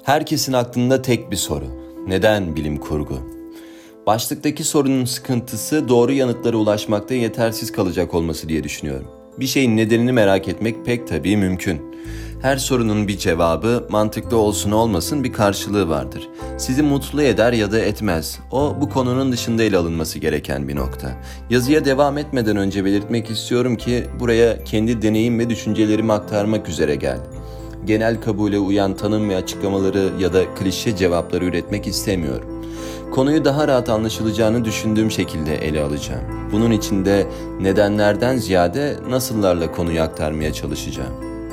Herkesin aklında tek bir soru. Neden bilim kurgu? Başlıktaki sorunun sıkıntısı doğru yanıtlara ulaşmakta yetersiz kalacak olması diye düşünüyorum. Bir şeyin nedenini merak etmek pek tabii mümkün. Her sorunun bir cevabı, mantıklı olsun olmasın bir karşılığı vardır. Sizi mutlu eder ya da etmez. O bu konunun dışında ele alınması gereken bir nokta. Yazıya devam etmeden önce belirtmek istiyorum ki buraya kendi deneyim ve düşüncelerimi aktarmak üzere geldim. Genel kabule uyan tanım ve açıklamaları ya da klişe cevapları üretmek istemiyorum. Konuyu daha rahat anlaşılacağını düşündüğüm şekilde ele alacağım. Bunun için de nedenlerden ziyade nasıllarla konuyu aktarmaya çalışacağım.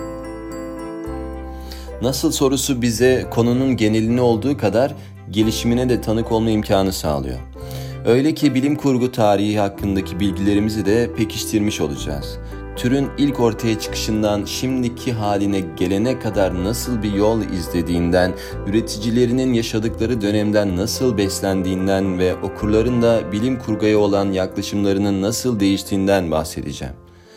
Nasıl sorusu bize konunun genelini olduğu kadar gelişimine de tanık olma imkanı sağlıyor. Öyle ki bilim kurgu tarihi hakkındaki bilgilerimizi de pekiştirmiş olacağız. Türün ilk ortaya çıkışından şimdiki haline gelene kadar nasıl bir yol izlediğinden, üreticilerinin yaşadıkları dönemden nasıl beslendiğinden ve okurların da bilim kurguya olan yaklaşımlarının nasıl değiştiğinden bahsedeceğim.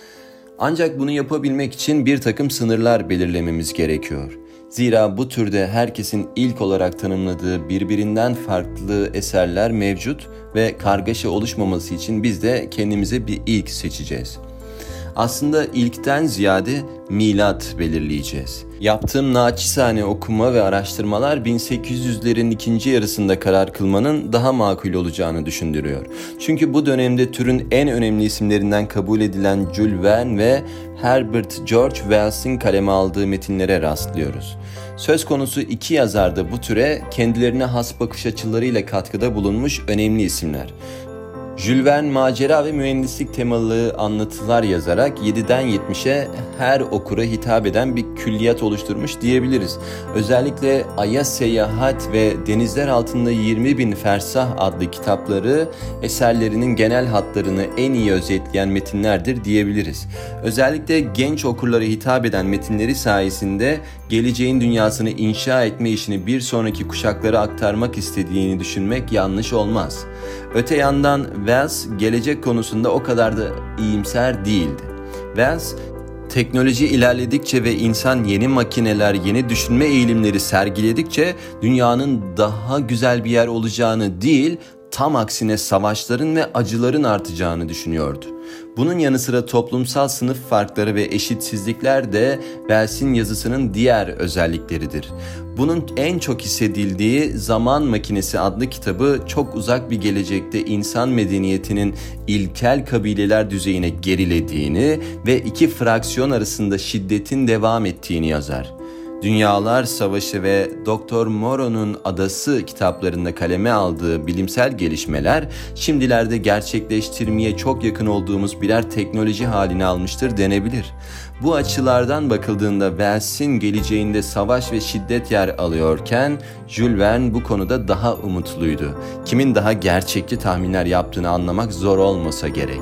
Ancak bunu yapabilmek için bir takım sınırlar belirlememiz gerekiyor. Zira bu türde herkesin ilk olarak tanımladığı birbirinden farklı eserler mevcut ve kargaşa oluşmaması için biz de kendimize bir ilk seçeceğiz. Aslında ilkten ziyade milat belirleyeceğiz. Yaptığım naçizane okuma ve araştırmalar 1800'lerin ikinci yarısında karar kılmanın daha makul olacağını düşündürüyor. Çünkü bu dönemde türün en önemli isimlerinden kabul edilen Jules Verne ve Herbert George Wells'in kaleme aldığı metinlere rastlıyoruz. Söz konusu iki yazar da bu türe kendilerine has bakış açılarıyla katkıda bulunmuş önemli isimler. Jules Verne macera ve mühendislik temalı anlatılar yazarak 7'den 70'e her okura hitap eden bir külliyat oluşturmuş diyebiliriz. Özellikle Ay'a Seyahat ve Denizler Altında 20.000 Fersah adlı kitapları eserlerinin genel hatlarını en iyi özetleyen metinlerdir diyebiliriz. Özellikle genç okurlara hitap eden metinleri sayesinde geleceğin dünyasını inşa etme işini bir sonraki kuşaklara aktarmak istediğini düşünmek yanlış olmaz. Öte yandan Wells gelecek konusunda o kadar da iyimser değildi. Wells, teknoloji ilerledikçe ve insan yeni makineler, yeni düşünme eğilimleri sergiledikçe dünyanın daha güzel bir yer olacağını değil, tam aksine savaşların ve acıların artacağını düşünüyordu. Bunun yanı sıra toplumsal sınıf farkları ve eşitsizlikler de Wells'in yazısının diğer özellikleridir. Bunun en çok hissedildiği Zaman Makinesi adlı kitabı çok uzak bir gelecekte insan medeniyetinin ilkel kabileler düzeyine gerilediğini ve iki fraksiyon arasında şiddetin devam ettiğini yazar. Dünyalar Savaşı ve Doktor Moreau'nun Adası kitaplarında kaleme aldığı bilimsel gelişmeler şimdilerde gerçekleştirmeye çok yakın olduğumuz birer teknoloji haline almıştır denebilir. Bu açılardan bakıldığında Wells'in geleceğinde savaş ve şiddet yer alıyorken Jules Verne bu konuda daha umutluydu. Kimin daha gerçekçi tahminler yaptığını anlamak zor olmasa gerek.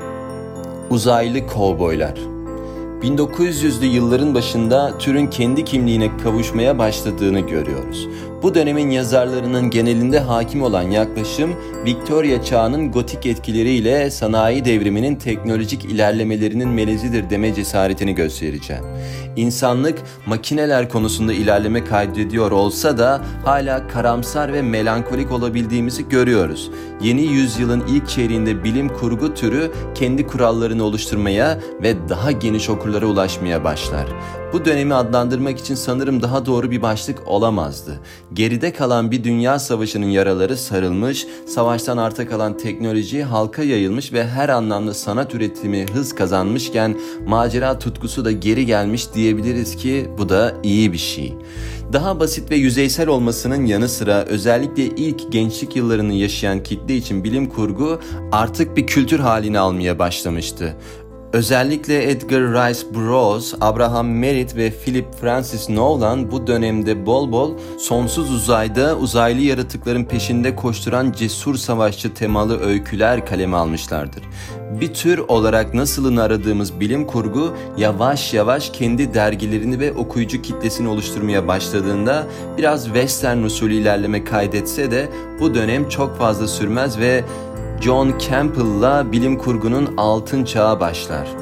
Uzaylı kovboylar. 1900'lü yılların başında türün kendi kimliğine kavuşmaya başladığını görüyoruz. Bu dönemin yazarlarının genelinde hakim olan yaklaşım, Victoria çağının gotik etkileriyle sanayi devriminin teknolojik ilerlemelerinin melezidir deme cesaretini göstereceğim. İnsanlık makineler konusunda ilerleme kaydediyor olsa da hala karamsar ve melankolik olabildiğimizi görüyoruz. Yeni yüzyılın ilk çeyreğinde bilim kurgu türü kendi kurallarını oluşturmaya ve daha geniş okurlara ulaşmaya başlar. Bu dönemi adlandırmak için sanırım daha doğru bir başlık olamazdı. Geride kalan bir dünya savaşının yaraları sarılmış, savaştan arta kalan teknoloji halka yayılmış ve her anlamda sanat üretimi hız kazanmışken macera tutkusu da geri gelmiş diyebiliriz ki bu da iyi bir şey. Daha basit ve yüzeysel olmasının yanı sıra özellikle ilk gençlik yıllarını yaşayan kitle için bilim kurgu artık bir kültür halini almaya başlamıştı. Özellikle Edgar Rice Burroughs, Abraham Merritt ve Philip Francis Nolan bu dönemde bol bol sonsuz uzayda uzaylı yaratıkların peşinde koşturan cesur savaşçı temalı öyküler kaleme almışlardır. Bir tür olarak nasılını aradığımız bilim kurgu yavaş yavaş kendi dergilerini ve okuyucu kitlesini oluşturmaya başladığında biraz western usulü ilerleme kaydetse de bu dönem çok fazla sürmez ve John Campbell'la bilim kurgunun altın çağı başlar.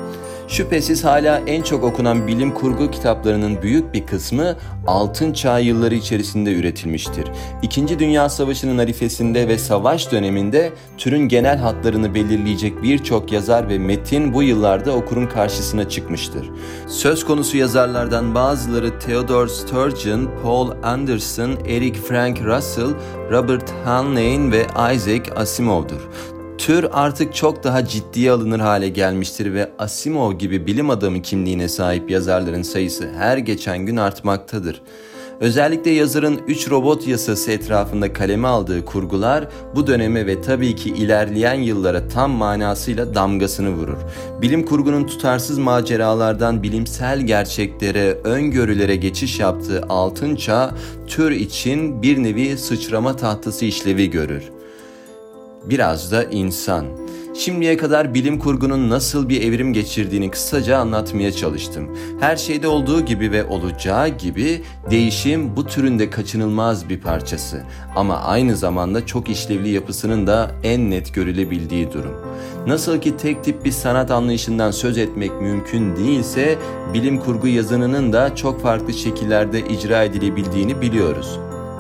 Şüphesiz hala en çok okunan bilim kurgu kitaplarının büyük bir kısmı Altın Çağ yılları içerisinde üretilmiştir. İkinci Dünya Savaşı'nın arifesinde ve savaş döneminde türün genel hatlarını belirleyecek birçok yazar ve metin bu yıllarda okurun karşısına çıkmıştır. Söz konusu yazarlardan bazıları Theodore Sturgeon, Paul Anderson, Eric Frank Russell, Robert Heinlein ve Isaac Asimov'dur. Tür artık çok daha ciddiye alınır hale gelmiştir ve Asimov gibi bilim adamı kimliğine sahip yazarların sayısı her geçen gün artmaktadır. Özellikle yazarın 3 robot yasası etrafında kaleme aldığı kurgular bu döneme ve tabii ki ilerleyen yıllara tam manasıyla damgasını vurur. Bilim kurgunun tutarsız maceralardan bilimsel gerçeklere, öngörülere geçiş yaptığı Altın Çağ, tür için bir nevi sıçrama tahtası işlevi görür. Biraz da insan. Şimdiye kadar bilim kurgunun nasıl bir evrim geçirdiğini kısaca anlatmaya çalıştım. Her şeyde olduğu gibi ve olacağı gibi değişim bu türün de kaçınılmaz bir parçası. Ama aynı zamanda çok işlevli yapısının da en net görülebildiği durum. Nasıl ki tek tip bir sanat anlayışından söz etmek mümkün değilse, bilim kurgu yazınının da çok farklı şekillerde icra edilebildiğini biliyoruz.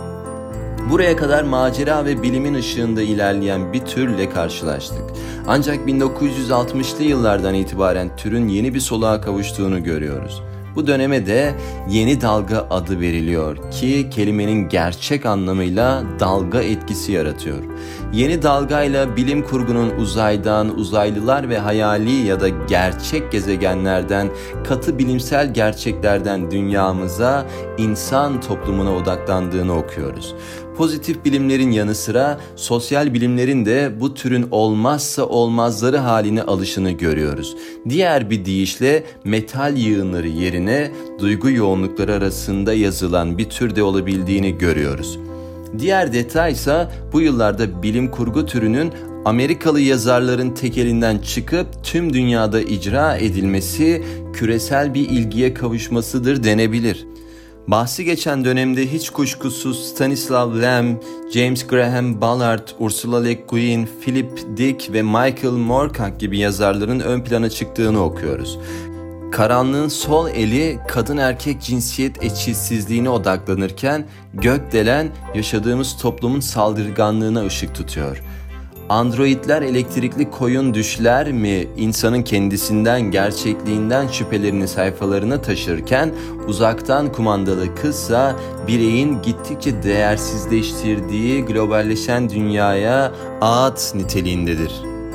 Buraya kadar macera ve bilimin ışığında ilerleyen bir türle karşılaştık. Ancak 1960'lı yıllardan itibaren türün yeni bir soluğa kavuştuğunu görüyoruz. Bu döneme de yeni dalga adı veriliyor ki kelimenin gerçek anlamıyla dalga etkisi yaratıyor. Yeni dalgayla bilim kurgunun uzaydan, uzaylılar ve hayali ya da gerçek gezegenlerden, katı bilimsel gerçeklerden dünyamıza, insan toplumuna odaklandığını okuyoruz. Pozitif bilimlerin yanı sıra sosyal bilimlerin de bu türün olmazsa olmazları haline alışını görüyoruz. Diğer bir deyişle metal yığınları yerine duygu yoğunlukları arasında yazılan bir türde olabildiğini görüyoruz. Diğer detay ise bu yıllarda bilim kurgu türünün Amerikalı yazarların tekelinden çıkıp tüm dünyada icra edilmesi, küresel bir ilgiye kavuşmasıdır denebilir. Bahsi geçen dönemde hiç kuşkusuz Stanislav Lem, James Graham Ballard, Ursula Le Guin, Philip Dick ve Michael Moorcock gibi yazarların ön plana çıktığını okuyoruz. Karanlığın sol eli kadın erkek cinsiyet eşitsizliğine odaklanırken gökdelen yaşadığımız toplumun saldırganlığına ışık tutuyor. Androidler elektrikli koyun düşler mi insanın kendisinden, gerçekliğinden şüphelerini sayfalarına taşırken uzaktan kumandalı kızsa bireyin gittikçe değersizleştirdiği globalleşen dünyaya ağıt niteliğindedir.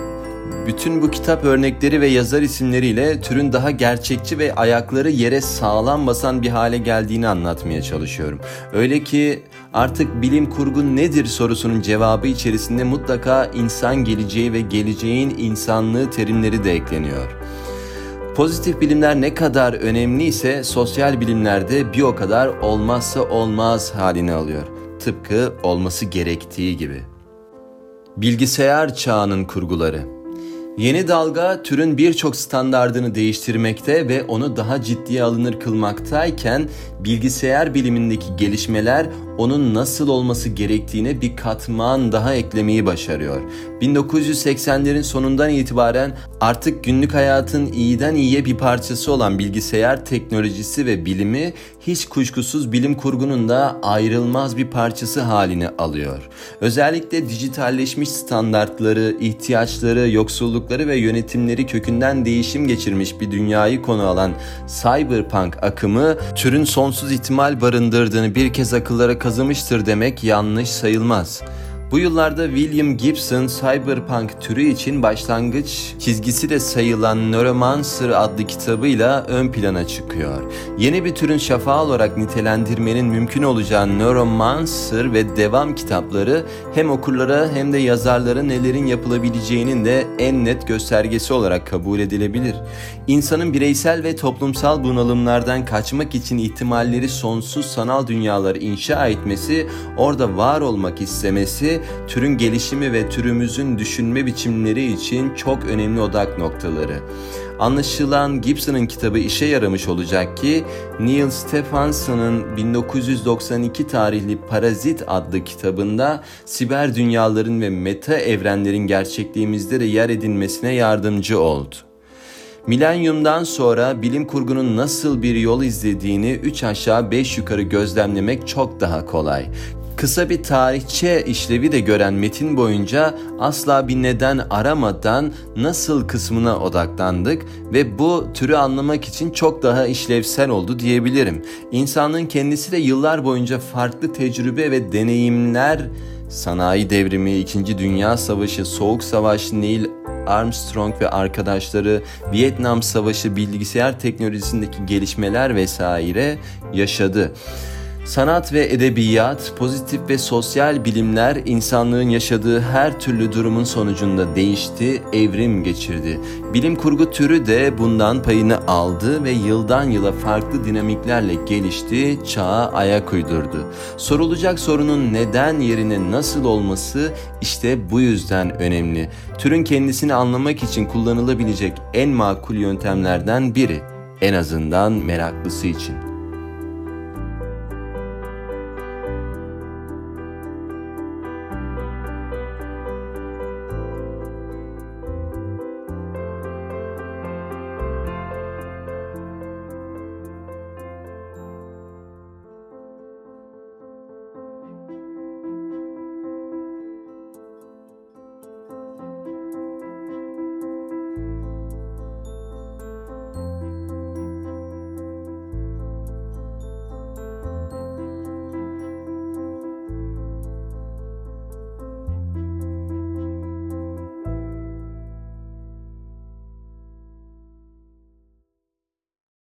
Bütün bu kitap örnekleri ve yazar isimleriyle türün daha gerçekçi ve ayakları yere sağlam basan bir hale geldiğini anlatmaya çalışıyorum. Öyle ki artık bilim kurgu nedir sorusunun cevabı içerisinde mutlaka insan geleceği ve geleceğin insanlığı terimleri de ekleniyor. Pozitif bilimler ne kadar önemliyse sosyal bilimlerde bir o kadar olmazsa olmaz halini alıyor. Tıpkı olması gerektiği gibi. Bilgisayar çağının kurguları. Yeni dalga türün birçok standardını değiştirmekte ve onu daha ciddiye alınır kılmaktayken bilgisayar bilimindeki gelişmeler onun nasıl olması gerektiğine bir katman daha eklemeyi başarıyor. 1980'lerin sonundan itibaren artık günlük hayatın iyiden iyiye bir parçası olan bilgisayar teknolojisi ve bilimi hiç kuşkusuz bilim kurgunun da ayrılmaz bir parçası halini alıyor. Özellikle dijitalleşmiş standartları, ihtiyaçları, yoksullukları ve yönetimleri kökünden değişim geçirmiş bir dünyayı konu alan cyberpunk akımı türün sonsuz ihtimal barındırdığını bir kez akıllara kazımıştır demek yanlış sayılmaz. Bu yıllarda William Gibson cyberpunk türü için başlangıç çizgisi de sayılan Neuromancer adlı kitabıyla ön plana çıkıyor. Yeni bir türün şafağı olarak nitelendirmenin mümkün olacağı Neuromancer ve devam kitapları hem okurlara hem de yazarlara nelerin yapılabileceğinin de en net göstergesi olarak kabul edilebilir. İnsanın bireysel ve toplumsal bunalımlardan kaçmak için ihtimalleri sonsuz sanal dünyaları inşa etmesi, orada var olmak istemesi, türün gelişimi ve türümüzün düşünme biçimleri için çok önemli odak noktaları. Anlaşılan Gibson'ın kitabı işe yaramış olacak ki Neil Stephenson'ın 1992 tarihli Parazit adlı kitabında siber dünyaların ve meta evrenlerin gerçekliğimizde de yer edinmesine yardımcı oldu. Milenyumdan sonra bilim kurgunun nasıl bir yol izlediğini 3 aşağı 5 yukarı gözlemlemek çok daha kolay. Kısa bir tarihçe işlevi de gören metin boyunca asla bir neden aramadan nasıl kısmına odaklandık ve bu türü anlamak için çok daha işlevsel oldu diyebilirim. İnsanlığın kendisi de yıllar boyunca farklı tecrübe ve deneyimler, sanayi devrimi, 2. Dünya Savaşı, Soğuk Savaş, Neil Armstrong ve arkadaşları, Vietnam Savaşı, bilgisayar teknolojisindeki gelişmeler vesaire yaşadı. Sanat ve edebiyat, pozitif ve sosyal bilimler insanlığın yaşadığı her türlü durumun sonucunda değişti, evrim geçirdi. Bilim kurgu türü de bundan payını aldı ve yıldan yıla farklı dinamiklerle gelişti, çağa ayak uydurdu. Sorulacak sorunun neden yerine nasıl olması işte bu yüzden önemli. Türün kendisini anlamak için kullanılabilecek en makul yöntemlerden biri, en azından meraklısı için.